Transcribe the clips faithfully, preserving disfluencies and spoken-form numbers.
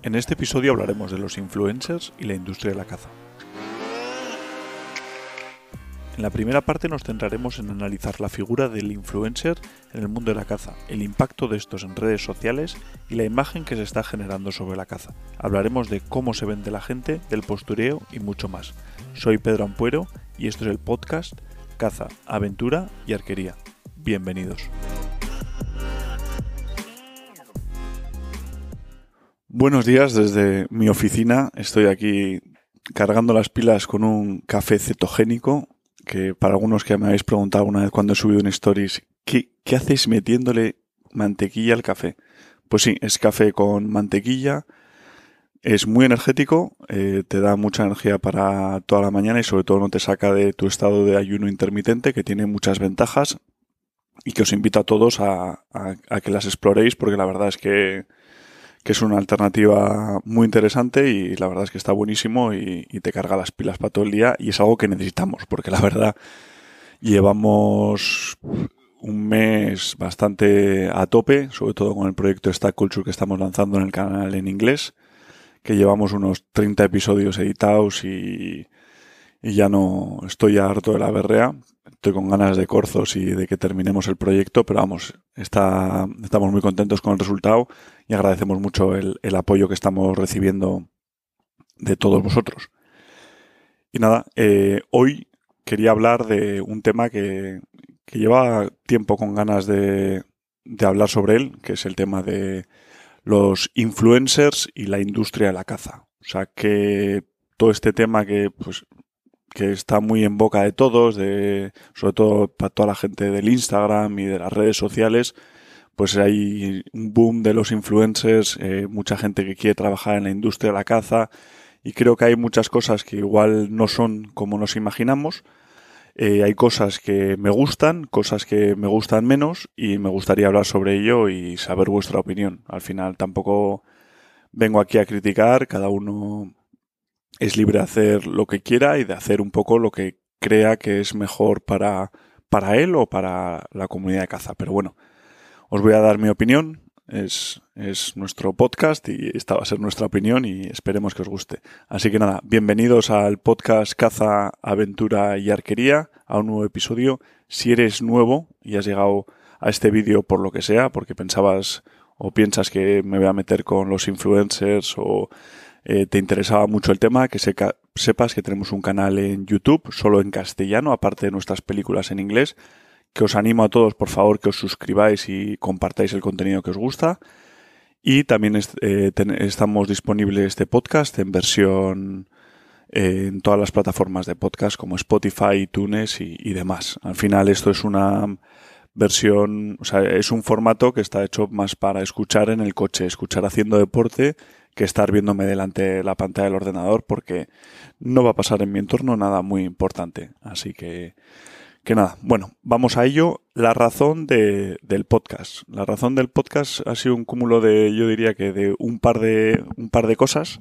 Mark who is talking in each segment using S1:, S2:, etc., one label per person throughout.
S1: En este episodio hablaremos de los influencers y la industria de la caza. En la primera parte nos centraremos en analizar la figura del influencer en el mundo de la caza, el impacto de estos en redes sociales y la imagen que se está generando sobre la caza. Hablaremos de cómo se vende la gente, del postureo y mucho más. Soy Pedro Ampuero y esto es el podcast Caza, Aventura y Arquería. Bienvenidos. Buenos días desde mi oficina. Estoy aquí cargando las pilas con un café cetogénico que para algunos que me habéis preguntado alguna vez cuando he subido un stories, ¿qué, qué hacéis metiéndole mantequilla al café? Pues sí, es café con mantequilla, es muy energético, eh, te da mucha energía para toda la mañana y sobre todo no te saca de tu estado de ayuno intermitente, que tiene muchas ventajas y que os invito a todos a, a, a que las exploréis, porque la verdad es que que es una alternativa muy interesante y la verdad es que está buenísimo y, y te carga las pilas para todo el día y es algo que necesitamos, porque la verdad llevamos un mes bastante a tope, sobre todo con el proyecto Stack Culture que estamos lanzando en el canal en inglés, que llevamos unos treinta episodios editados y, y ya no estoy harto de la berrea. Estoy con ganas de corzos y de que terminemos el proyecto, pero vamos, está, estamos muy contentos con el resultado y agradecemos mucho el, el apoyo que estamos recibiendo de todos vosotros. Y nada, eh, hoy quería hablar de un tema que, que lleva tiempo con ganas de, de hablar sobre él, que es el tema de los influencers y la industria de la caza. O sea, que todo este tema que pues que está muy en boca de todos, de sobre todo para toda la gente del Instagram y de las redes sociales, pues hay un boom de los influencers, eh, mucha gente que quiere trabajar en la industria de la caza y creo que hay muchas cosas que igual no son como nos imaginamos. Eh, hay cosas que me gustan, cosas que me gustan menos y me gustaría hablar sobre ello y saber vuestra opinión. Al final tampoco vengo aquí a criticar, cada uno es libre de hacer lo que quiera y de hacer un poco lo que crea que es mejor para, para él o para la comunidad de caza. Pero bueno, os voy a dar mi opinión. Es, es nuestro podcast y esta va a ser nuestra opinión y esperemos que os guste. Así que nada, bienvenidos al podcast Caza, Aventura y Arquería, a un nuevo episodio. Si eres nuevo y has llegado a este vídeo por lo que sea, porque pensabas o piensas que me voy a meter con los influencers o Eh, te interesaba mucho el tema, que seca, sepas que tenemos un canal en YouTube solo en castellano, aparte de nuestras películas en inglés, que os animo a todos, por favor, que os suscribáis y compartáis el contenido que os gusta. Y también es, eh, ten, estamos disponibles este podcast en versión eh, en todas las plataformas de podcast como Spotify, iTunes y, y demás. Al final esto es una versión, o sea, es un formato que está hecho más para escuchar en el coche, escuchar haciendo deporte, que estar viéndome delante de la pantalla del ordenador, porque no va a pasar en mi entorno nada muy importante. Así que, que nada, bueno, vamos a ello. La razón de, del podcast. La razón del podcast ha sido un cúmulo de, yo diría que de un par de, un par de cosas.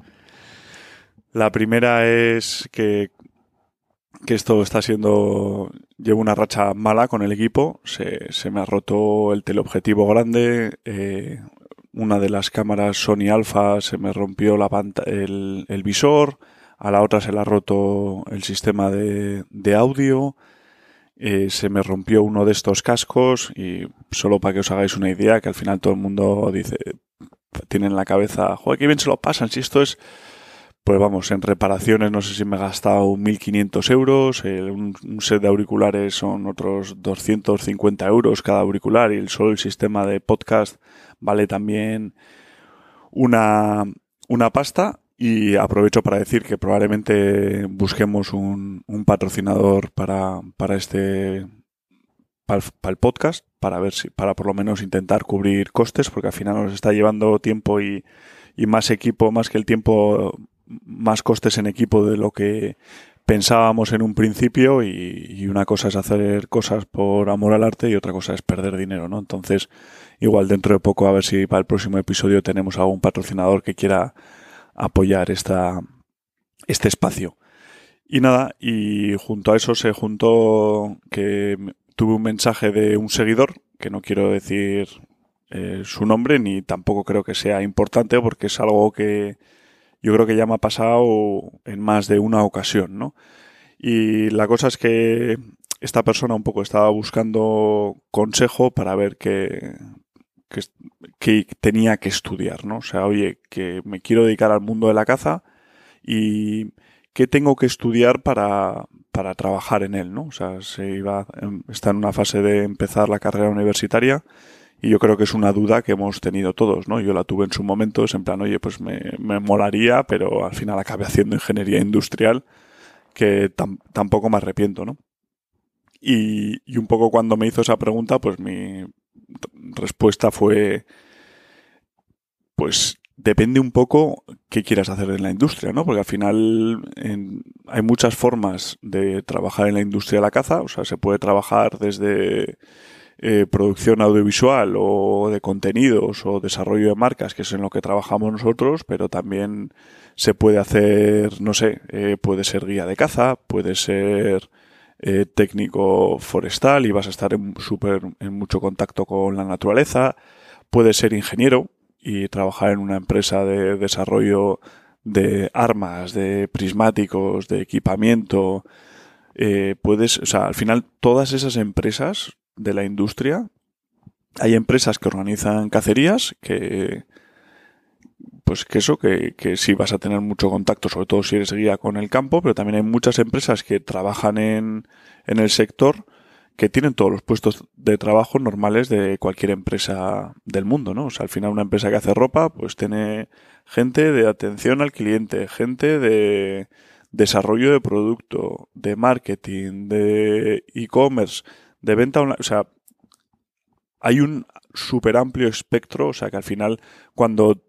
S1: La primera es que, que esto está siendo, llevo una racha mala con el equipo. Se, se me ha roto el teleobjetivo grande, eh, una de las cámaras Sony Alpha se me rompió la panta- el, el visor, a la otra se le ha roto el sistema de, de audio, eh, se me rompió uno de estos cascos y solo para que os hagáis una idea, que al final todo el mundo dice, tiene en la cabeza, joder, qué bien se lo pasan, si esto es, pues vamos, en reparaciones no sé si me he gastado mil quinientos euros, eh, un, un set de auriculares son otros doscientos cincuenta euros cada auricular y el, solo el sistema de podcast vale también una, una pasta. Y aprovecho para decir que probablemente busquemos un, un patrocinador para, para este para el, para el podcast, para ver si, para por lo menos intentar cubrir costes, porque al final nos está llevando tiempo y, y más equipo, más que el tiempo, más costes en equipo de lo que pensábamos en un principio y, y una cosa es hacer cosas por amor al arte y otra cosa es perder dinero, ¿no? Entonces, igual dentro de poco a ver si para el próximo episodio tenemos algún patrocinador que quiera apoyar esta, este espacio. Y nada, y junto a eso se juntó que tuve un mensaje de un seguidor, que no quiero decir eh, su nombre, ni tampoco creo que sea importante, porque es algo que yo creo que ya me ha pasado en más de una ocasión, ¿no? Y la cosa es que esta persona un poco estaba buscando consejo para ver qué, qué, qué tenía que estudiar, ¿no? O sea, oye, que me quiero dedicar al mundo de la caza y qué tengo que estudiar para, para trabajar en él, ¿no? O sea, se iba, está en una fase de empezar la carrera universitaria y yo creo que es una duda que hemos tenido todos, ¿no? Yo la tuve en su momento, es en plan, oye, pues me, me molaría, pero al final acabé haciendo ingeniería industrial, que tam, tampoco me arrepiento, ¿no? Y, y un poco cuando me hizo esa pregunta, pues mi respuesta fue, pues depende un poco qué quieras hacer en la industria, ¿no? Porque al final en, hay muchas formas de trabajar en la industria de la caza, o sea, se puede trabajar desde eh, producción audiovisual o de contenidos o desarrollo de marcas, que es en lo que trabajamos nosotros, pero también se puede hacer, no sé, eh, puede ser guía de caza, puede ser eh, técnico forestal y vas a estar en, super, en mucho contacto con la naturaleza, puede ser ingeniero y trabajar en una empresa de desarrollo de armas, de prismáticos, de equipamiento. Eh, puedes, o sea, al final todas esas empresas de la industria, hay empresas que organizan cacerías que, pues que eso, que, que sí vas a tener mucho contacto, sobre todo si eres guía con el campo, pero también hay muchas empresas que trabajan en, en el sector que tienen todos los puestos de trabajo normales de cualquier empresa del mundo, ¿no? O sea, al final una empresa que hace ropa, pues tiene gente de atención al cliente, gente de desarrollo de producto, de marketing, de e-commerce, de venta online, o sea, hay un súper amplio espectro, o sea, que al final cuando...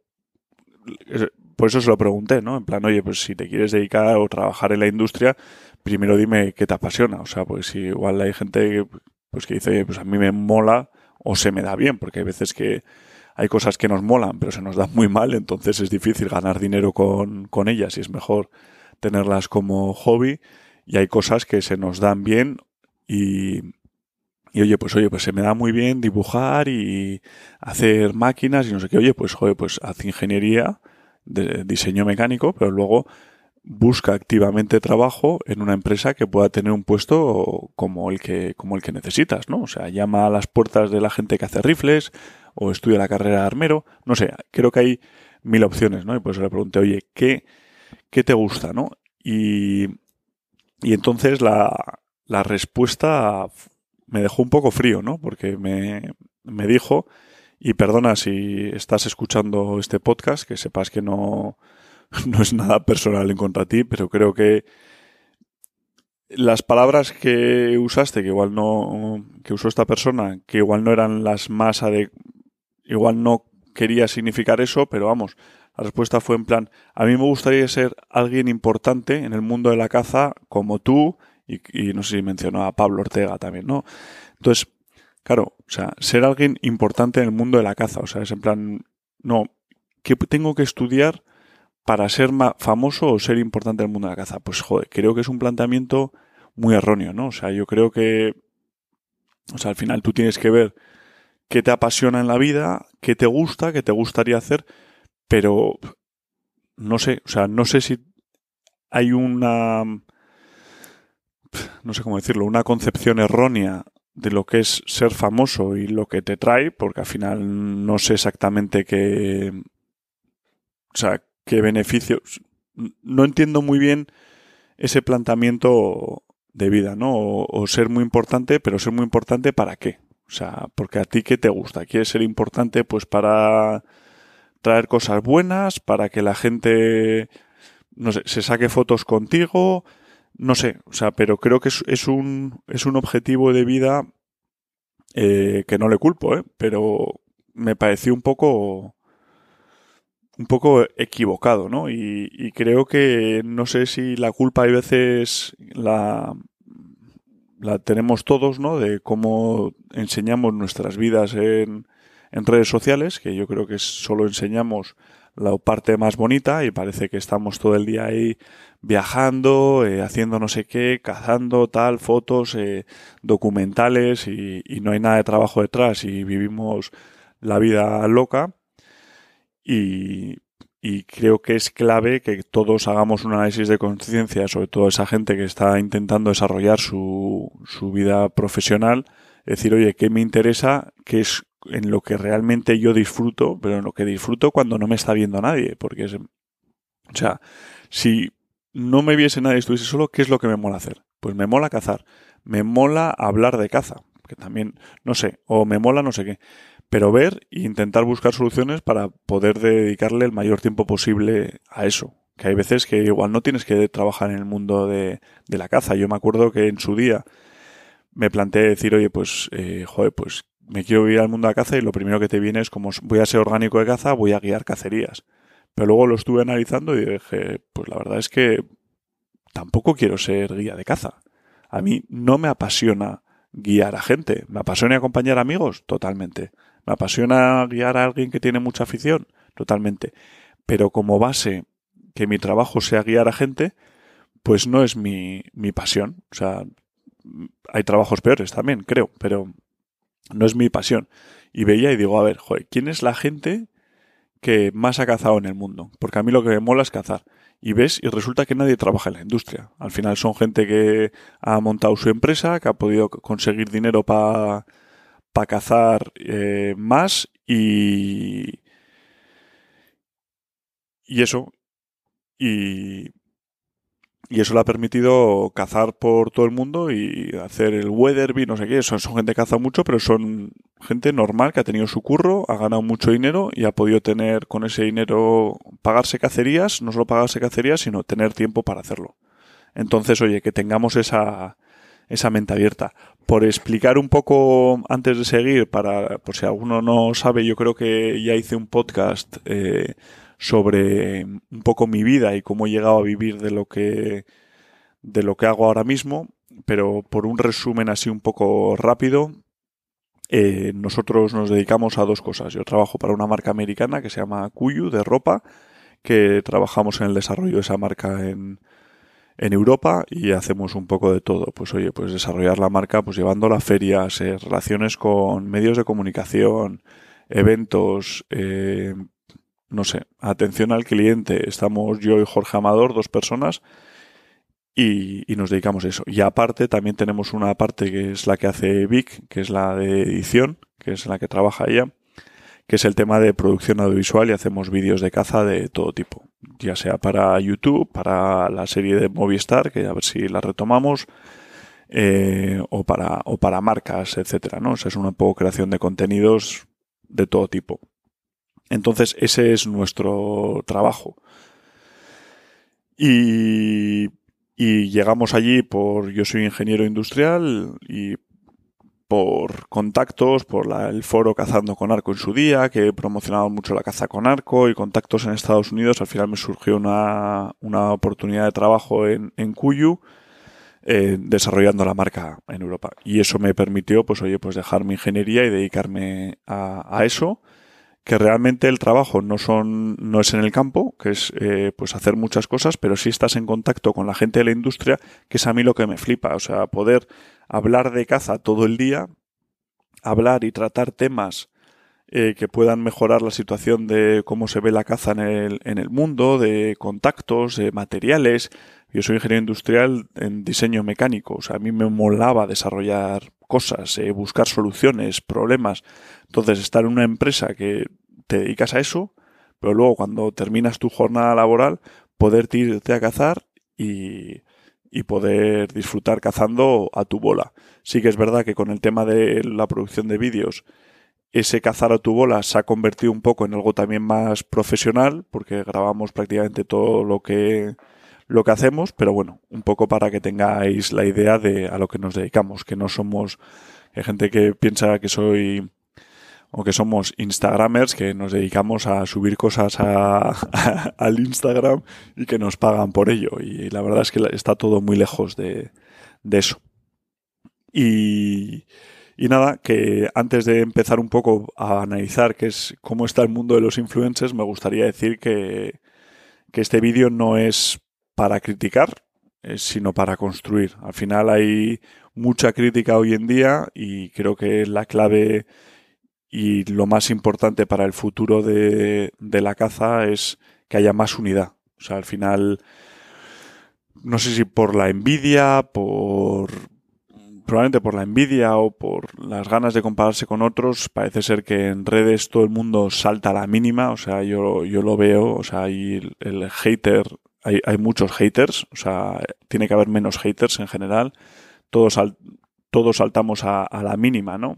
S1: Por eso se lo pregunté, ¿no? En plan, oye, pues si te quieres dedicar o trabajar en la industria, primero dime qué te apasiona. O sea, pues si igual hay gente pues que dice, oye, pues a mí me mola o se me da bien, porque hay veces que hay cosas que nos molan, pero se nos dan muy mal, entonces es difícil ganar dinero con, con ellas y es mejor tenerlas como hobby. Y hay cosas que se nos dan bien y, y oye, pues oye, pues se me da muy bien dibujar y hacer máquinas y no sé qué. Oye, pues joder, pues haz ingeniería de diseño mecánico, pero luego busca activamente trabajo en una empresa que pueda tener un puesto como el que, como el que necesitas, ¿no? O sea, llama a las puertas de la gente que hace rifles o estudia la carrera de armero, no sé, creo que hay mil opciones, ¿no? Y por eso le pregunté, oye, ¿qué, qué te gusta, no? Y, y entonces la, la respuesta me dejó un poco frío, ¿no? Porque me, me dijo, y perdona si estás escuchando este podcast, que sepas que no, no es nada personal en contra de ti, pero creo que las palabras que usaste, que igual no, que usó esta persona, que igual no eran las más ade- igual no quería significar eso, pero vamos, la respuesta fue en plan, a mí me gustaría ser alguien importante en el mundo de la caza como tú, y, y no sé si mencionó a Pablo Ortega también, ¿no? Entonces, claro, o sea, ser alguien importante en el mundo de la caza, o sea, es en plan, no, ¿qué tengo que estudiar para ser famoso o ser importante en el mundo de la caza? Pues joder, creo que es un planteamiento muy erróneo, ¿no? O sea, yo creo que, o sea, al final tú tienes que ver qué te apasiona en la vida, qué te gusta, qué te gustaría hacer, pero no sé, o sea, no sé si hay una, no sé cómo decirlo, una concepción errónea de lo que es ser famoso y lo que te trae, porque al final no sé exactamente qué, o sea, qué beneficios. No entiendo muy bien ese planteamiento de vida, ¿no? O, o ser muy importante, pero ser muy importante ¿para qué? O sea, porque a ti ¿qué te gusta? ¿Quieres ser importante pues para traer cosas buenas, para que la gente, no sé, se saque fotos contigo? No sé, o sea, pero creo que es, es un es un objetivo de vida eh, que no le culpo, ¿eh? Pero me pareció un poco un poco equivocado, ¿no? Y, y creo que no sé si la culpa hay veces la la tenemos todos, ¿no? De cómo enseñamos nuestras vidas en, en redes sociales, que yo creo que solo enseñamos la parte más bonita y parece que estamos todo el día ahí viajando, eh, haciendo no sé qué, cazando tal, fotos, eh, documentales y, y no hay nada de trabajo detrás y vivimos la vida loca y, y creo que es clave que todos hagamos un análisis de conciencia, sobre todo esa gente que está intentando desarrollar su, su vida profesional, decir, oye, ¿qué me interesa? ¿Qué es en lo que realmente yo disfruto? Pero en lo que disfruto cuando no me está viendo nadie, porque es, o sea, si no me viese nadie y estuviese solo, ¿qué es lo que me mola hacer? Pues me mola cazar, me mola hablar de caza, que también, no sé, o me mola no sé qué, pero ver e intentar buscar soluciones para poder dedicarle el mayor tiempo posible a eso. Que hay veces que igual no tienes que trabajar en el mundo de, de la caza. Yo me acuerdo que en su día me planteé decir, oye, pues, eh, joder, pues me quiero ir al mundo de la caza y lo primero que te viene es como voy a ser orgánico de caza, voy a guiar cacerías. Pero luego lo estuve analizando y dije, pues la verdad es que tampoco quiero ser guía de caza. A mí no me apasiona guiar a gente. ¿Me apasiona acompañar amigos? Totalmente. ¿Me apasiona guiar a alguien que tiene mucha afición? Totalmente. Pero como base que mi trabajo sea guiar a gente, pues no es mi, mi pasión. O sea, hay trabajos peores también, creo, pero no es mi pasión. Y veía y digo, a ver, joder, ¿quién es la gente que más ha cazado en el mundo? Porque a mí lo que me mola es cazar. Y ves, y resulta que nadie trabaja en la industria. Al final son gente que ha montado su empresa, que ha podido conseguir dinero para pa cazar eh, más y, y eso. Y, y eso le ha permitido cazar por todo el mundo y hacer el Weatherby, no sé qué. Son, son gente que caza mucho, pero son gente normal que ha tenido su curro, ha ganado mucho dinero y ha podido tener con ese dinero pagarse cacerías, no solo pagarse cacerías, sino tener tiempo para hacerlo. Entonces, oye, que tengamos esa, esa mente abierta. Por explicar un poco antes de seguir, para por si alguno no sabe, yo creo que ya hice un podcast eh, sobre un poco mi vida y cómo he llegado a vivir de lo que de lo que hago ahora mismo, pero por un resumen así un poco rápido, eh, nosotros nos dedicamos a dos cosas. Yo trabajo para una marca americana que se llama Kuiu, de ropa, que trabajamos en el desarrollo de esa marca en, en Europa y hacemos un poco de todo. Pues oye, pues desarrollar la marca, pues llevando las ferias, eh, relaciones con medios de comunicación, eventos, eh, no sé, atención al cliente. Estamos yo y Jorge Amador, dos personas, y, y nos dedicamos a eso. Y aparte también tenemos una parte que es la que hace Vic, que es la de edición, que es la que trabaja ella, que es el tema de producción audiovisual, y hacemos vídeos de caza de todo tipo, ya sea para YouTube, para la serie de Movistar, que a ver si la retomamos, eh, o para o para marcas, etcétera, ¿no? O sea, es una poco creación de contenidos de todo tipo. Entonces, ese es nuestro trabajo. Y, y llegamos allí por... Yo soy ingeniero industrial y por contactos, por la, el foro Cazando con Arco en su día, que he promocionado mucho la caza con arco y contactos en Estados Unidos. Al final me surgió una, una oportunidad de trabajo en, en Kuiu, eh, desarrollando la marca en Europa. Y eso me permitió, pues oye, pues dejar mi ingeniería y dedicarme a, a eso, que realmente el trabajo no son no es en el campo, que es eh, pues hacer muchas cosas, pero sí estás en contacto con la gente de la industria, que es a mí lo que me flipa. O sea, poder hablar de caza todo el día, hablar y tratar temas eh, que puedan mejorar la situación de cómo se ve la caza en el, en el mundo, de contactos, de materiales. Yo soy ingeniero industrial en diseño mecánico, o sea, a mí me molaba desarrollar cosas, eh, buscar soluciones, problemas. Entonces, estar en una empresa que te dedicas a eso, pero luego cuando terminas tu jornada laboral, poder irte a cazar y, y poder disfrutar cazando a tu bola. Sí que es verdad que con el tema de la producción de vídeos, ese cazar a tu bola se ha convertido un poco en algo también más profesional, porque grabamos prácticamente todo lo que lo que hacemos, pero bueno, un poco para que tengáis la idea de a lo que nos dedicamos, que no somos, hay gente que piensa que soy o que somos instagramers, que nos dedicamos a subir cosas a, a, al Instagram y que nos pagan por ello, y la verdad es que está todo muy lejos de, de eso. Y Y nada, que antes de empezar un poco a analizar qué es, cómo está el mundo de los influencers, me gustaría decir que, que este vídeo no es para criticar, eh, sino para construir. Al final hay mucha crítica hoy en día y creo que la clave y lo más importante para el futuro de, de la caza es que haya más unidad. O sea, al final, no sé si por la envidia, por probablemente por la envidia o por las ganas de compararse con otros, parece ser que en redes todo el mundo salta a la mínima. O sea, yo, yo lo veo, o sea, hay el, el hater, hay, hay muchos haters, o sea, tiene que haber menos haters en general. Todos, sal, todos saltamos a, a la mínima, ¿no?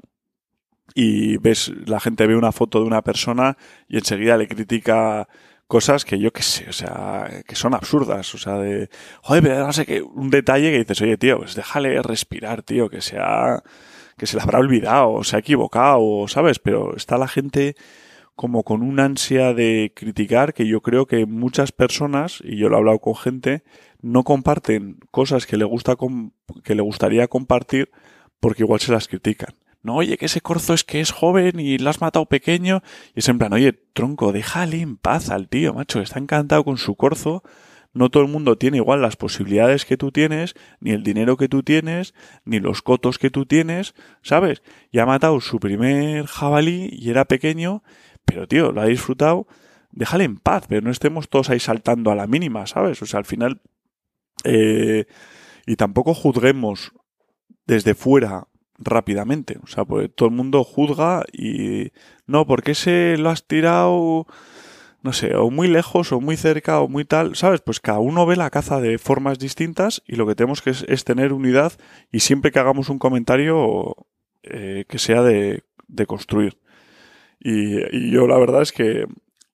S1: Y ves, la gente ve una foto de una persona y enseguida le critica cosas que yo qué sé, o sea, que son absurdas, o sea, de, joder, pero no sé qué, un detalle que dices, oye, tío, pues déjale respirar, tío, que sea, que se le habrá olvidado, o se ha equivocado, ¿sabes? Pero está la gente como con una ansia de criticar que yo creo que muchas personas, y yo lo he hablado con gente, no comparten cosas que le gusta, que le gustaría compartir porque igual se las critican. No, oye, que ese corzo es que es joven y lo has matado pequeño. Y es en plan, oye, tronco, déjale en paz al tío, macho, está encantado con su corzo. No todo el mundo tiene igual las posibilidades que tú tienes, ni el dinero que tú tienes, ni los cotos que tú tienes, ¿sabes? Y ha matado su primer jabalí y era pequeño, pero tío, lo ha disfrutado. Déjale en paz, pero no estemos todos ahí saltando a la mínima, ¿sabes? O sea, al final... Eh, y tampoco juzguemos desde fuera rápidamente. O sea, pues todo el mundo juzga y no, ¿por qué se lo has tirado, no sé, o muy lejos o muy cerca o muy tal? ¿Sabes? Pues cada uno ve la caza de formas distintas y lo que tenemos que es, es tener unidad y siempre que hagamos un comentario eh, que sea de, de construir. Y, y yo la verdad es que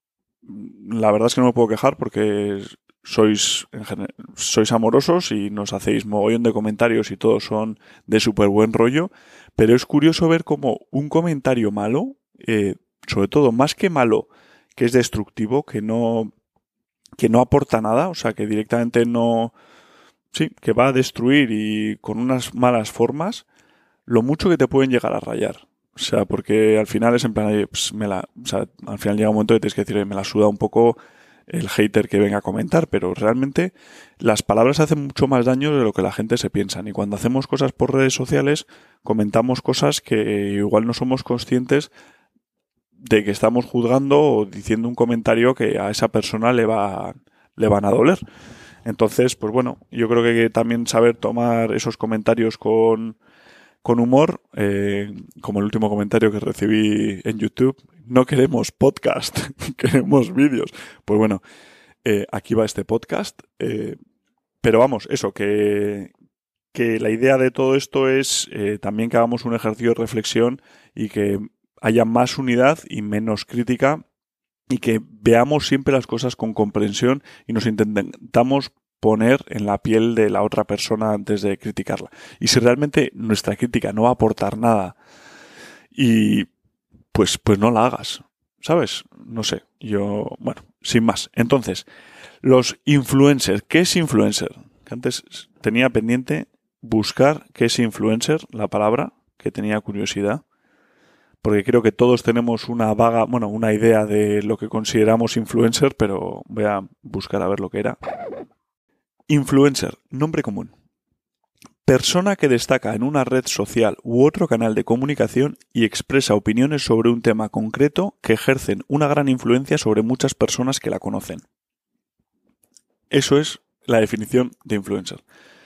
S1: la verdad es que no me puedo quejar porque sois en general, sois amorosos y nos hacéis mogollón de comentarios y todos son de súper buen rollo, pero es curioso ver como un comentario malo, eh, sobre todo más que malo, que es destructivo, que no que no aporta nada, o sea, que directamente no, sí, que va a destruir y con unas malas formas, lo mucho que te pueden llegar a rayar. O sea, porque al final es en plan, oye, pues me la, o sea, al final llega un momento que tienes que decir, me la suda un poco el hater que venga a comentar, pero realmente las palabras hacen mucho más daño de lo que la gente se piensa. Y cuando hacemos cosas por redes sociales, comentamos cosas que igual no somos conscientes de que estamos juzgando o diciendo un comentario que a esa persona le va, le van a doler. Entonces, pues bueno, yo creo que también saber tomar esos comentarios con, con humor, eh, como el último comentario que recibí en YouTube, no queremos podcast, queremos vídeos. Pues bueno, eh, aquí va este podcast. Eh, pero vamos, eso, que, que la idea de todo esto es eh, también que hagamos un ejercicio de reflexión y que haya más unidad y menos crítica y que veamos siempre las cosas con comprensión y nos intentamos poner en la piel de la otra persona antes de criticarla. Y si realmente nuestra crítica no va a aportar nada y pues, pues no la hagas, ¿sabes? No sé, yo, bueno, sin más. Entonces, los influencers. ¿Qué es influencer? Que antes tenía pendiente buscar qué es influencer, la palabra, que tenía curiosidad. Porque creo que todos tenemos una vaga, bueno, una idea de lo que consideramos influencer, pero voy a buscar a ver lo que era. Influencer, nombre común. Persona que destaca en una red social u otro canal de comunicación y expresa opiniones sobre un tema concreto que ejercen una gran influencia sobre muchas personas que la conocen. Eso es la definición de influencer.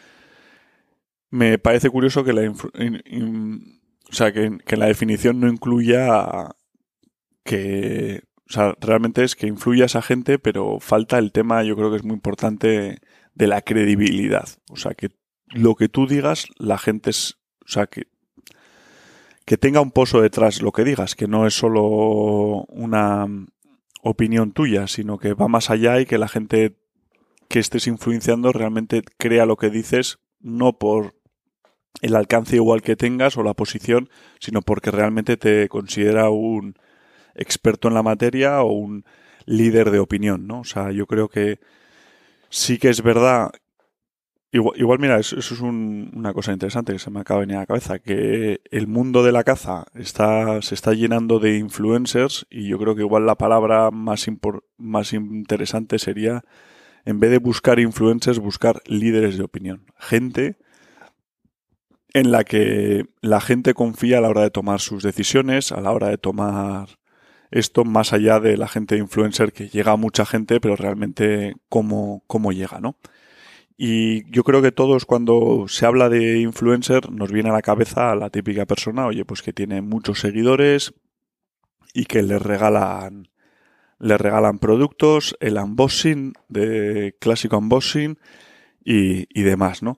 S1: Me parece curioso que la influ- in, in, o sea, que, que la definición no incluya que, o sea, realmente es que influya a esa gente, pero falta el tema, yo creo que es muy importante, de la credibilidad. O sea, que lo que tú digas, la gente es, o sea, que, que tenga un pozo detrás lo que digas, que no es solo una opinión tuya, sino que va más allá y que la gente que estés influenciando realmente crea lo que dices, no por el alcance igual que tengas o la posición, sino porque realmente te considera un experto en la materia o un líder de opinión, ¿no? O sea, yo creo que sí que es verdad. Igual, igual mira, eso, eso es un, una cosa interesante que se me acaba de venir a la cabeza, que el mundo de la caza está, se está llenando de influencers y yo creo que igual la palabra más, impor, más interesante sería, en vez de buscar influencers, buscar líderes de opinión. Gente en la que la gente confía a la hora de tomar sus decisiones, a la hora de tomar esto, más allá de la gente influencer, que llega a mucha gente, pero realmente cómo, cómo llega, ¿no? Y yo creo que todos, cuando se habla de influencer, nos viene a la cabeza la típica persona, oye, pues que tiene muchos seguidores y que les regalan, les regalan productos, el unboxing, de clásico unboxing y, y demás, ¿no?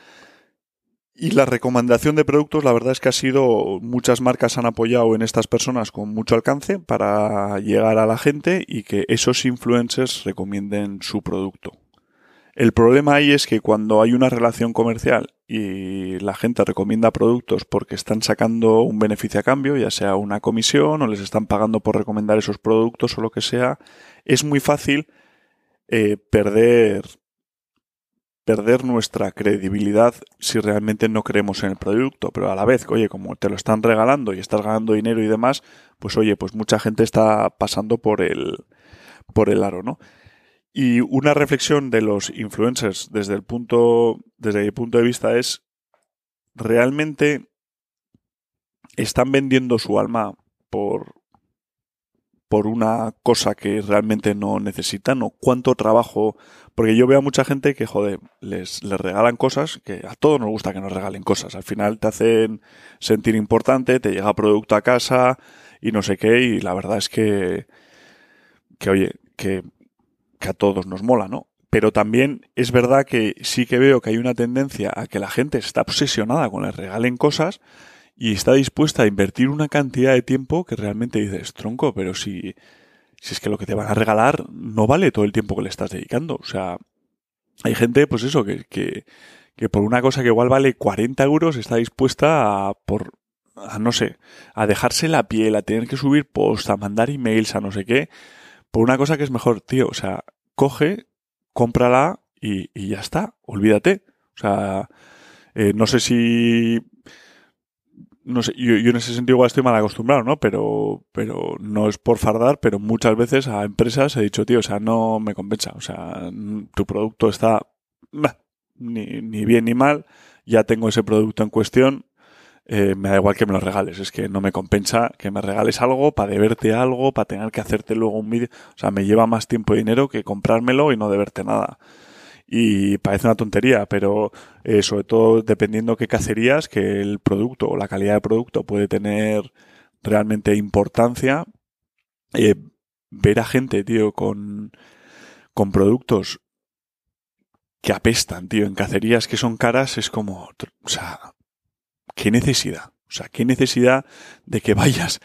S1: Y la recomendación de productos, la verdad es que ha sido, muchas marcas han apoyado en estas personas con mucho alcance para llegar a la gente y que esos influencers recomienden su producto. El problema ahí es que cuando hay una relación comercial y la gente recomienda productos porque están sacando un beneficio a cambio, ya sea una comisión o les están pagando por recomendar esos productos o lo que sea, es muy fácil eh, perder perder nuestra credibilidad si realmente no creemos en el producto, pero a la vez, oye, como te lo están regalando y estás ganando dinero y demás, pues oye, pues mucha gente está pasando por el por el aro, ¿no? Y una reflexión de los influencers desde el punto desde mi punto de vista es, ¿realmente están vendiendo su alma por por una cosa que realmente no necesitan? ¿O cuánto trabajo? Porque yo veo a mucha gente que, joder, les, les regalan cosas, que a todos nos gusta que nos regalen cosas. Al final te hacen sentir importante, te llega producto a casa y no sé qué, y la verdad es que, que oye, que, que a todos nos mola, ¿no? Pero también es verdad que sí que veo que hay una tendencia a que la gente está obsesionada con les regalen cosas y está dispuesta a invertir una cantidad de tiempo que realmente dices, tronco, pero si, si es que lo que te van a regalar no vale todo el tiempo que le estás dedicando. O sea, hay gente, pues eso, que, que, que por una cosa que igual vale cuarenta euros está dispuesta a, por, a no sé, a dejarse la piel, a tener que subir posts, a mandar emails, a no sé qué, por una cosa que es mejor, tío. O sea, coge, cómprala y, y ya está, olvídate. O sea, eh, no sé si... No sé, yo, yo en ese sentido igual estoy mal acostumbrado, ¿no? Pero, pero no es por fardar, pero muchas veces a empresas he dicho, tío, o sea, no me compensa. O sea, tu producto está bah, ni, ni bien ni mal, ya tengo ese producto en cuestión, eh, me da igual que me lo regales. Es que no me compensa que me regales algo para deberte algo, para tener que hacerte luego un vídeo. O sea, me lleva más tiempo y dinero que comprármelo y no deberte nada. Y parece una tontería, pero eh, sobre todo dependiendo qué cacerías, que el producto o la calidad del producto puede tener realmente importancia. Eh, ver a gente, tío, con, con productos que apestan, tío, en cacerías que son caras, es como, o sea, qué necesidad. O sea, qué necesidad de que vayas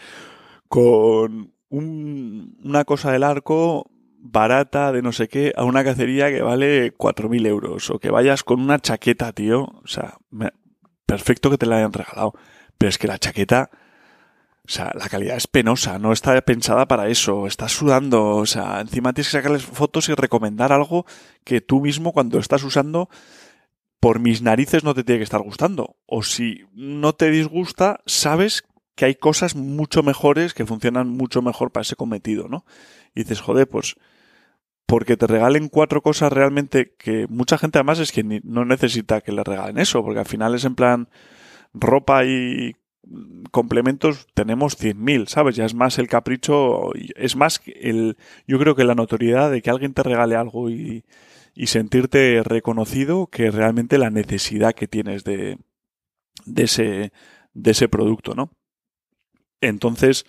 S1: con un, una cosa del arco barata de no sé qué a una cacería que vale cuatro mil euros, o que vayas con una chaqueta, tío. O sea, me, perfecto que te la hayan regalado, pero es que la chaqueta, o sea, la calidad es penosa, no está pensada para eso, estás sudando, o sea, encima tienes que sacarles fotos y recomendar algo que tú mismo cuando estás usando, por mis narices no te tiene que estar gustando. O si no te disgusta, sabes que hay cosas mucho mejores que funcionan mucho mejor para ese cometido, ¿no? Y dices, joder, pues porque te regalen cuatro cosas realmente que mucha gente además es que ni, no necesita que le regalen eso, porque al final es en plan ropa y complementos tenemos cien mil, ¿sabes? Ya es más el capricho, es más el, yo creo que la notoriedad de que alguien te regale algo y, y sentirte reconocido que realmente la necesidad que tienes de, de ese, de ese producto, ¿no? Entonces,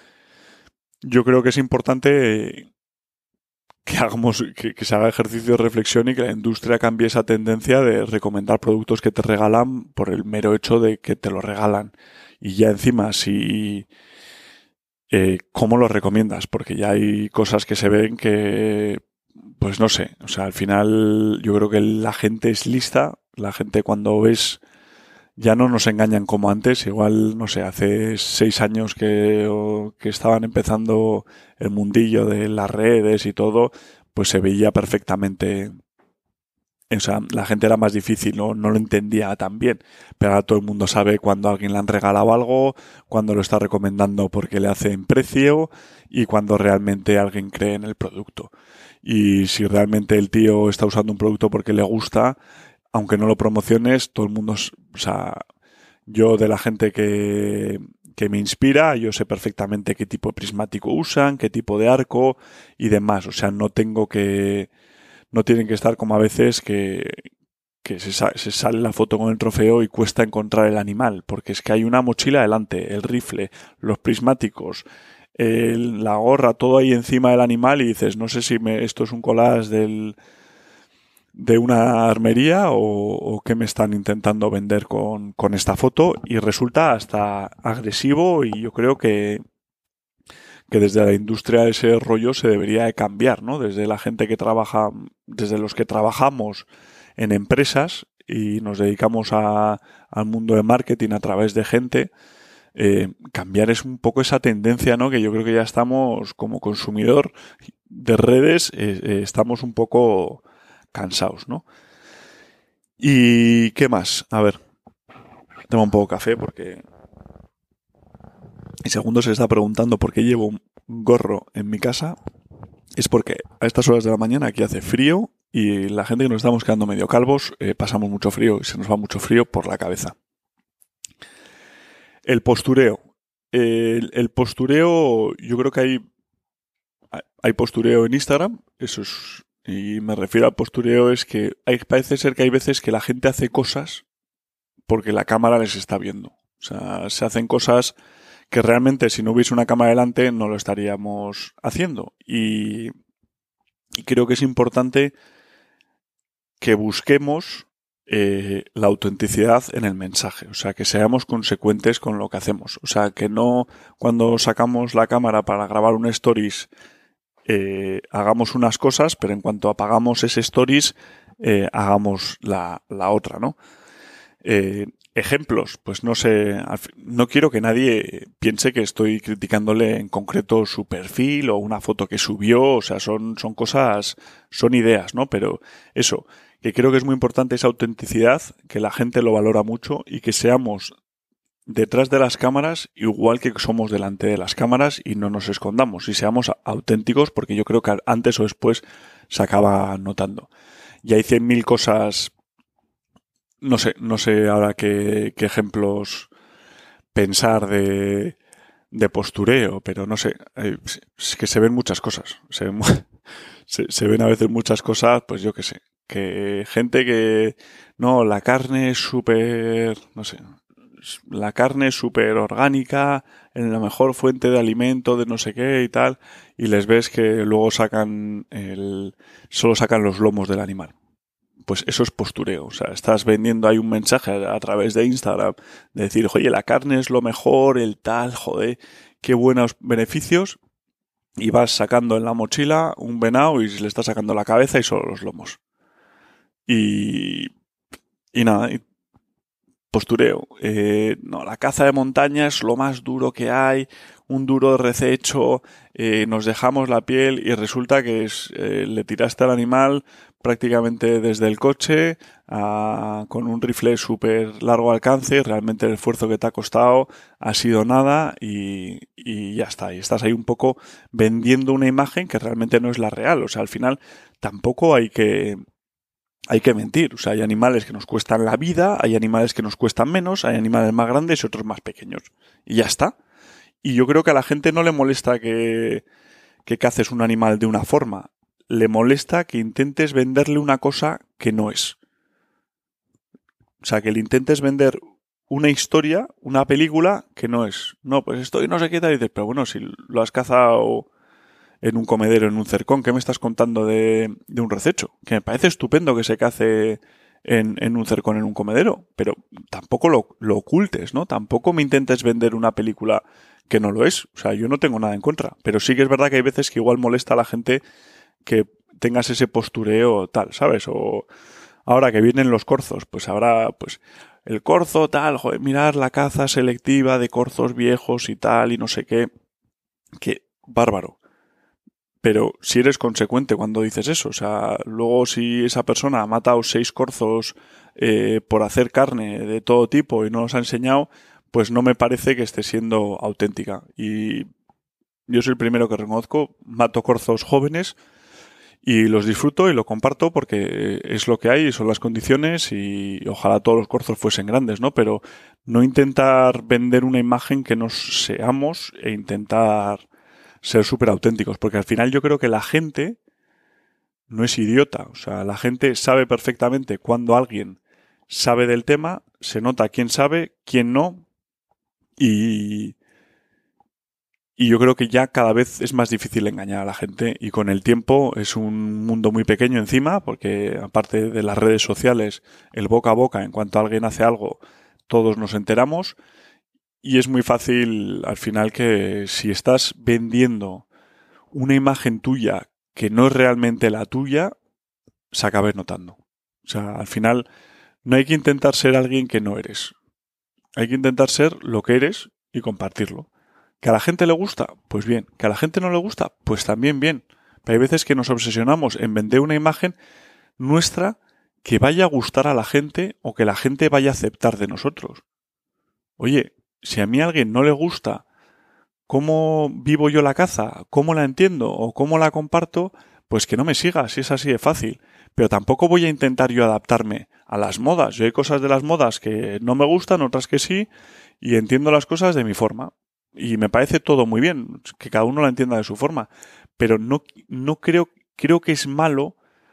S1: yo creo que es importante que hagamos, que, que se haga ejercicio de reflexión y que la industria cambie esa tendencia de recomendar productos que te regalan por el mero hecho de que te lo regalan. Y ya encima, si eh, ¿cómo los recomiendas? Porque ya hay cosas que se ven que, pues no sé, o sea, al final yo creo que la gente es lista, la gente cuando ves, ya no nos engañan como antes, igual, no sé, hace seis años que, o, que estaban empezando el mundillo de las redes y todo, pues se veía perfectamente. O sea, la gente era más difícil, ¿no? No lo entendía tan bien. Pero ahora todo el mundo sabe cuando a alguien le han regalado algo, cuando lo está recomendando porque le hacen precio y cuando realmente alguien cree en el producto. Y si realmente el tío está usando un producto porque le gusta, aunque no lo promociones, todo el mundo, o sea, Yo de la gente que, que me inspira, yo sé perfectamente qué tipo de prismático usan, qué tipo de arco y demás. O sea, no tengo que... No tienen que estar como a veces que, que se, sa- se sale la foto con el trofeo y cuesta encontrar el animal, porque es que hay una mochila delante, el rifle, los prismáticos, el- la gorra, todo ahí encima del animal y dices, no sé si me, esto es un collage del, de una armería o, o qué me están intentando vender con, con esta foto y resulta hasta agresivo y yo creo que, que desde la industria de ese rollo se debería de cambiar, ¿no? Desde la gente que trabaja, desde los que trabajamos en empresas y nos dedicamos a, al mundo de marketing a través de gente, eh, cambiar es un poco esa tendencia, ¿no? Que yo creo que ya estamos como consumidor de redes, eh, eh, estamos un poco cansados, ¿no? ¿Y qué más? A ver, toma un poco de café porque... Y segundo se está preguntando por qué llevo un gorro en mi casa. Es porque a estas horas de la mañana aquí hace frío y la gente que nos estamos quedando medio calvos eh, pasamos mucho frío y se nos va mucho frío por la cabeza. El postureo. El, el postureo, yo creo que hay, hay postureo en Instagram, eso es, y me refiero al postureo es que hay, parece ser que hay veces que la gente hace cosas porque la cámara les está viendo. O sea, se hacen cosas que realmente si no hubiese una cámara delante no lo estaríamos haciendo. Y, y creo que es importante que busquemos eh, la autenticidad en el mensaje, o sea, que seamos consecuentes con lo que hacemos, o sea, que no cuando sacamos la cámara para grabar un stories eh, hagamos unas cosas, pero en cuanto apagamos ese stories eh, hagamos la, la otra, ¿no? Eh, ejemplos, pues no sé, no quiero que nadie piense que estoy criticándole en concreto su perfil o una foto que subió, o sea, son, son cosas, son ideas, ¿no? Pero eso, que creo que es muy importante esa autenticidad, que la gente lo valora mucho y que seamos detrás de las cámaras igual que somos delante de las cámaras y no nos escondamos y seamos auténticos porque yo creo que antes o después se acaba notando. Y hay cien mil cosas. No sé, no sé ahora qué, qué ejemplos pensar de, de postureo, pero no sé, eh, es que se ven muchas cosas. Se ven, se, se ven a veces muchas cosas, pues yo qué sé. Que gente que, no, la carne es súper, no sé, la carne es súper orgánica, en la mejor fuente de alimento de no sé qué y tal, y les ves que luego sacan el, solo sacan los lomos del animal. Pues eso es postureo. O sea, estás vendiendo ahí un mensaje a través de Instagram de decir, oye, la carne es lo mejor, el tal, joder, qué buenos beneficios. Y vas sacando en la mochila un venado y le estás sacando la cabeza y solo los lomos. Y, y nada, y postureo. Eh, no, la caza de montaña es lo más duro que hay, un duro rececho, eh, nos dejamos la piel y resulta que es, eh, le tiraste al animal prácticamente desde el coche a, con un rifle súper largo alcance, realmente el esfuerzo que te ha costado ha sido nada y, y ya está. Y estás ahí un poco vendiendo una imagen que realmente no es la real. O sea, al final tampoco hay que hay que mentir. O sea, hay animales que nos cuestan la vida, hay animales que nos cuestan menos, hay animales más grandes y otros más pequeños. Y ya está. Y yo creo que a la gente no le molesta que, que caces un animal de una forma. Le molesta que intentes venderle una cosa que no es. O sea, que le intentes vender una historia, una película que no es. No, pues estoy no sé qué tal. Y dices, pero bueno, si lo has cazado en un comedero, en un cercón, ¿qué me estás contando de, de un rececho? Que me parece estupendo que se cace en, en un cercón, en un comedero, pero tampoco lo, lo ocultes, ¿no? Tampoco me intentes vender una película que no lo es. O sea, yo no tengo nada en contra, pero sí que es verdad que hay veces que igual molesta a la gente que tengas ese postureo tal, ¿sabes? O ahora que vienen los corzos, pues habrá, pues, el corzo tal, joder, mirar la caza selectiva de corzos viejos y tal, y no sé qué, que bárbaro. Pero si eres consecuente cuando dices eso, o sea, luego si esa persona ha matado seis corzos eh, por hacer carne de todo tipo y no los ha enseñado, pues no me parece que esté siendo auténtica. Y yo soy el primero que reconozco, mato corzos jóvenes y los disfruto y lo comparto porque es lo que hay y son las condiciones y ojalá todos los corzos fuesen grandes, ¿no? Pero no intentar vender una imagen que no seamos e intentar ser súper auténticos, porque al final yo creo que la gente no es idiota, o sea, la gente sabe perfectamente cuando alguien sabe del tema, se nota quién sabe, quién no, y, y yo creo que ya cada vez es más difícil engañar a la gente, y con el tiempo es un mundo muy pequeño encima, porque aparte de las redes sociales, el boca a boca, en cuanto alguien hace algo, todos nos enteramos, y es muy fácil al final que si estás vendiendo una imagen tuya que no es realmente la tuya, se acabe notando. O sea, al final no hay que intentar ser alguien que no eres. Hay que intentar ser lo que eres y compartirlo. ¿Que a la gente le gusta? Pues bien. ¿Que a la gente no le gusta? Pues también bien. Pero hay veces que nos obsesionamos en vender una imagen nuestra que vaya a gustar a la gente o que la gente vaya a aceptar de nosotros. Oye, si a mí a alguien no le gusta cómo vivo yo la caza, cómo la entiendo o cómo la comparto, pues que no me siga, si es así de fácil. Pero tampoco voy a intentar yo adaptarme a las modas. Yo hay cosas de las modas que no me gustan, otras que sí, y entiendo las cosas de mi forma. Y me parece todo muy bien, que cada uno la entienda de su forma. Pero no, no creo, creo que es malo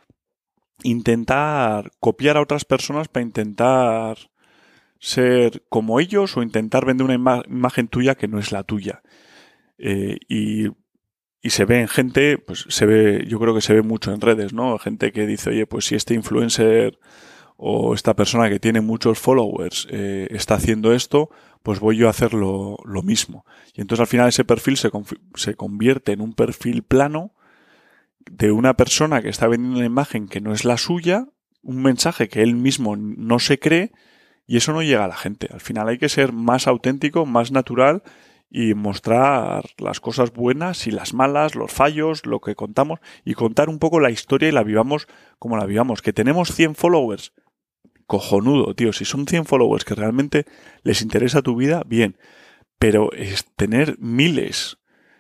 S1: intentar copiar a otras personas para intentar ser como ellos o intentar vender una ima- imagen tuya que no es la tuya. Eh, y, y se ve en gente, pues se ve, yo creo que se ve mucho en redes, ¿no? Gente que dice, oye, pues si este influencer o esta persona que tiene muchos followers eh, está haciendo esto, pues voy yo a hacer lo, lo mismo. Y entonces al final ese perfil se, conf- se convierte en un perfil plano de una persona que está vendiendo una imagen que no es la suya, un mensaje que él mismo no se cree, y eso no llega a la gente. Al final hay que ser más auténtico, más natural y mostrar las cosas buenas y las malas, los fallos, lo que contamos y contar un poco la historia y la vivamos como la vivamos. Que tenemos cien followers, cojonudo, tío. Si son cien followers que realmente les interesa tu vida, bien. Pero es tener miles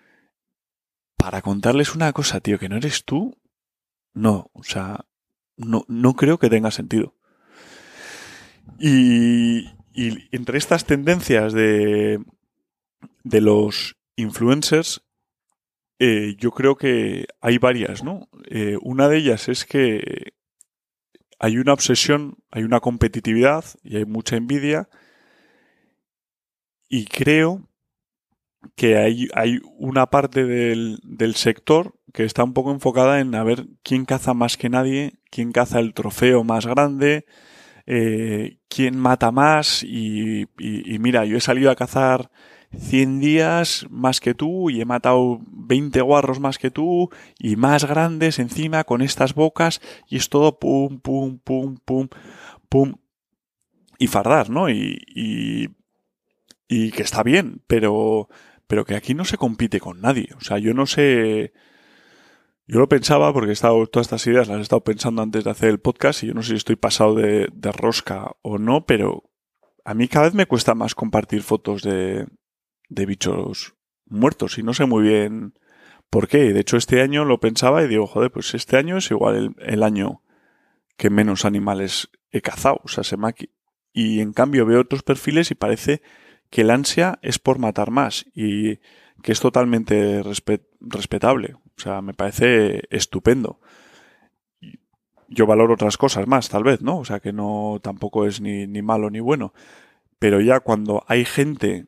S1: para contarles una cosa, tío, que no eres tú, no. O sea, no, no creo que tenga sentido. Y, y entre estas tendencias de, de los influencers, eh, yo creo que hay varias, ¿no? Eh, una de ellas es que hay una obsesión, hay una competitividad y hay mucha envidia, y creo que hay, hay una parte del, del sector que está un poco enfocada en a ver quién caza más que nadie, quién caza el trofeo más grande, eh, quién mata más y, y, y mira, yo he salido a cazar cien días más que tú y he matado veinte guarros más que tú y más grandes encima con estas bocas y es todo pum, pum, pum, pum, pum y fardar, ¿no? Y, y, y que está bien, pero, pero que aquí no se compite con nadie. O sea, yo no sé... Yo lo pensaba porque he estado, todas estas ideas las he estado pensando antes de hacer el podcast y yo no sé si estoy pasado de, de rosca o no, pero a mí cada vez me cuesta más compartir fotos de, de bichos muertos y no sé muy bien por qué. De hecho, este año lo pensaba y digo, joder, pues este año es igual el, el año que menos animales he cazado. O sea, se me ha... Y en cambio veo otros perfiles y parece que el ansia es por matar más y que es totalmente respet- respetable. O sea, me parece estupendo. Yo valoro otras cosas más, tal vez, ¿no? O sea, que no tampoco es ni, ni malo ni bueno. Pero ya cuando hay gente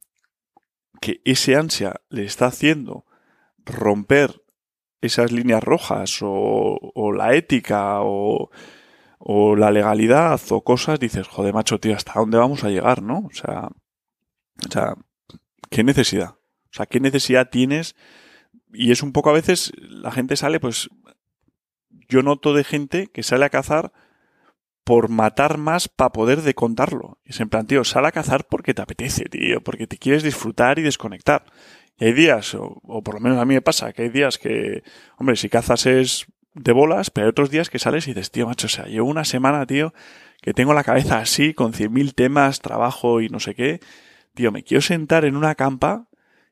S1: que ese ansia le está haciendo romper esas líneas rojas o, o la ética o, o la legalidad o cosas, dices, joder, macho, tío, ¿hasta dónde vamos a llegar, no? O sea, o sea, ¿qué necesidad? O sea, ¿qué necesidad tienes? Y es un poco a veces, la gente sale, pues, yo noto de gente que sale a cazar por matar más para poder de contarlo. Y es en plan, tío, sal a cazar porque te apetece, tío, porque te quieres disfrutar y desconectar. Y hay días, o, o por lo menos a mí me pasa, que hay días que, hombre, si cazas es de bolas, pero hay otros días que sales y dices, tío, macho, o sea, llevo una semana, tío, que tengo la cabeza así, con cien mil temas, trabajo y no sé qué. Tío, me quiero sentar en una campa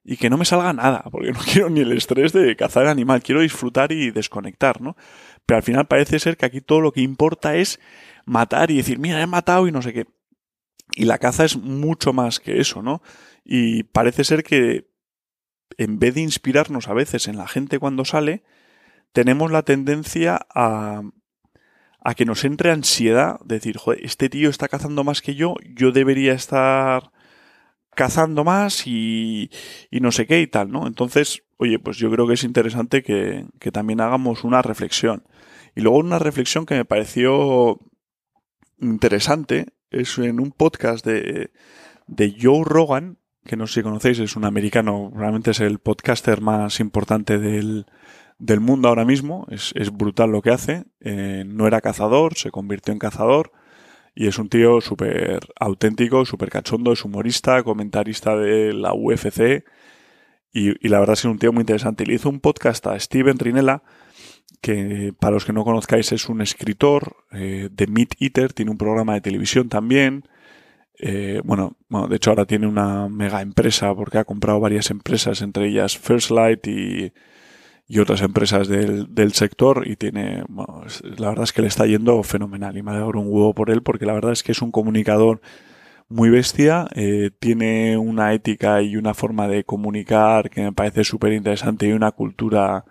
S1: y que no me salga nada, porque no quiero ni el estrés de cazar el animal, quiero disfrutar y desconectar, ¿no? Pero al final parece ser que aquí todo lo que importa es matar y decir, mira, he matado y no sé qué. Y la caza es mucho más que eso, ¿no? Y parece ser que en vez de inspirarnos a veces en la gente cuando sale, tenemos la tendencia a, a que nos entre ansiedad, de decir, joder, este tío está cazando más que yo, yo debería estar cazando más y, y no sé qué y tal, ¿no? Entonces, oye, pues yo creo que es interesante que, que también hagamos una reflexión. Y luego una reflexión que me pareció interesante es en un podcast de, de Joe Rogan, que no sé si conocéis, es un americano, realmente es el podcaster más importante del, del mundo ahora mismo, es, es brutal lo que hace, eh, no era cazador, se convirtió en cazador y es un tío súper auténtico, súper cachondo, es humorista, comentarista de la U F C y, y la verdad es que es un tío muy interesante. Y le hizo un podcast a Steven Rinella, que para los que no conozcáis es un escritor eh, de Meat Eater, tiene un programa de televisión también. Eh, bueno, bueno, de hecho ahora tiene una mega empresa porque ha comprado varias empresas, entre ellas First Light y, y otras empresas del, del sector y tiene, bueno, la verdad es que le está yendo fenomenal y me alegro un huevo por él porque la verdad es que es un comunicador muy bestia, eh, tiene una ética y una forma de comunicar que me parece súper interesante y una cultura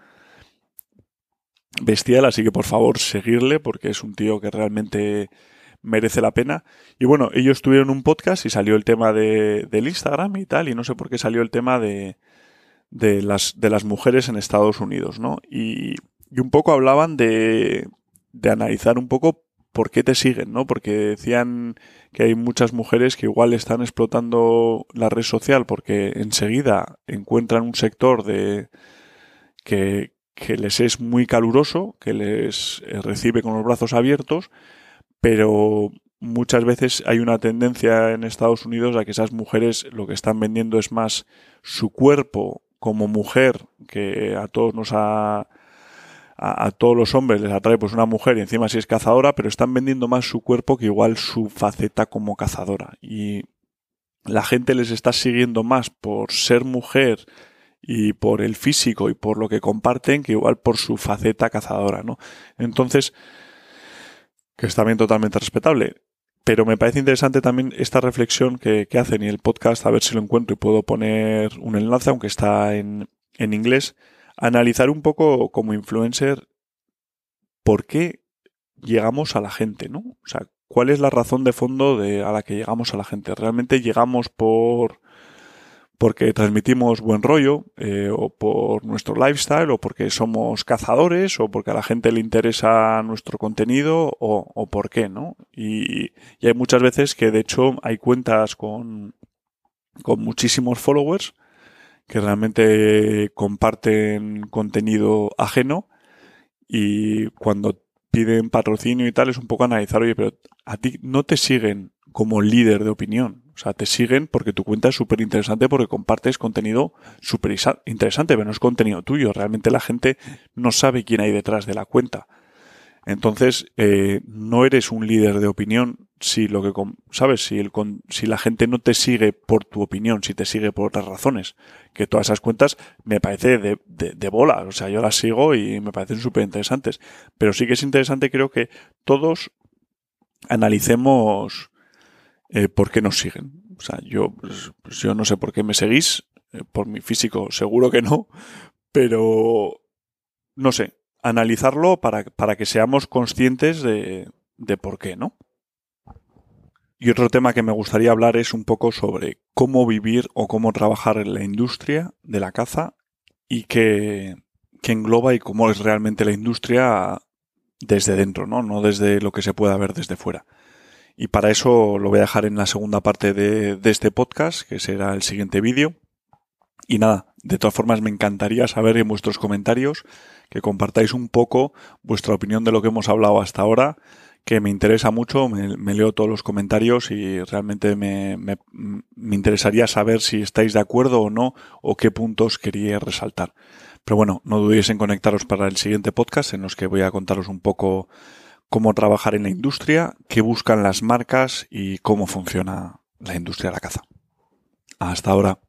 S1: bestial, así que por favor seguirle porque es un tío que realmente merece la pena. Y bueno, ellos tuvieron un podcast y salió el tema de, del Instagram y tal, y no sé por qué salió el tema de, de, las, de las mujeres en Estados Unidos, ¿no? Y, y un poco hablaban de, de analizar un poco por qué te siguen, ¿no? Porque decían que hay muchas mujeres que igual están explotando la red social porque enseguida encuentran un sector de que, que les es muy caluroso, que les recibe con los brazos abiertos, pero muchas veces hay una tendencia en Estados Unidos a que esas mujeres lo que están vendiendo es más su cuerpo como mujer, que a todos nos ha, a, a todos los hombres les atrae pues una mujer y encima si es cazadora, pero están vendiendo más su cuerpo que igual su faceta como cazadora. Y la gente les está siguiendo más por ser mujer y por el físico y por lo que comparten que igual por su faceta cazadora, ¿no? Entonces, que es también totalmente respetable. Pero me parece interesante también esta reflexión que, que hacen y el podcast, a ver si lo encuentro y puedo poner un enlace, aunque está en, en inglés, analizar un poco como influencer por qué llegamos a la gente, ¿no? O sea, ¿cuál es la razón de fondo de a la que llegamos a la gente? ¿Realmente llegamos por porque transmitimos buen rollo, eh, o por nuestro lifestyle, o porque somos cazadores, o porque a la gente le interesa nuestro contenido, o, o por qué, ¿no? Y, y hay muchas veces que, de hecho, hay cuentas con, con muchísimos followers que realmente comparten contenido ajeno y cuando piden patrocinio y tal es un poco analizar, oye, pero a ti no te siguen como líder de opinión. O sea, te siguen porque tu cuenta es súper interesante porque compartes contenido súper interesante, pero no es contenido tuyo. Realmente la gente no sabe quién hay detrás de la cuenta. Entonces, eh, no eres un líder de opinión si lo que, sabes, si el, si la gente no te sigue por tu opinión, si te sigue por otras razones. Que todas esas cuentas me parece de, de, de bola. O sea, yo las sigo y me parecen súper interesantes. Pero sí que es interesante, creo que todos analicemos Eh, ¿por qué nos siguen? O sea, yo, pues, pues yo no sé por qué me seguís, eh, por mi físico seguro que no, pero no sé, analizarlo para, para que seamos conscientes de, de por qué, ¿no? Y otro tema que me gustaría hablar es un poco sobre cómo vivir o cómo trabajar en la industria de la caza y qué, qué engloba y cómo es realmente la industria desde dentro, ¿no? No desde lo que se pueda ver desde fuera. Y para eso lo voy a dejar en la segunda parte de, de este podcast, que será el siguiente vídeo. Y nada, de todas formas me encantaría saber en vuestros comentarios que compartáis un poco vuestra opinión de lo que hemos hablado hasta ahora, que me interesa mucho, me, me leo todos los comentarios y realmente me, me, me interesaría saber si estáis de acuerdo o no, o qué puntos queríais resaltar. Pero bueno, no dudéis en conectaros para el siguiente podcast en los que voy a contaros un poco cómo trabajar en la industria, qué buscan las marcas y cómo funciona la industria de la caza. Hasta ahora.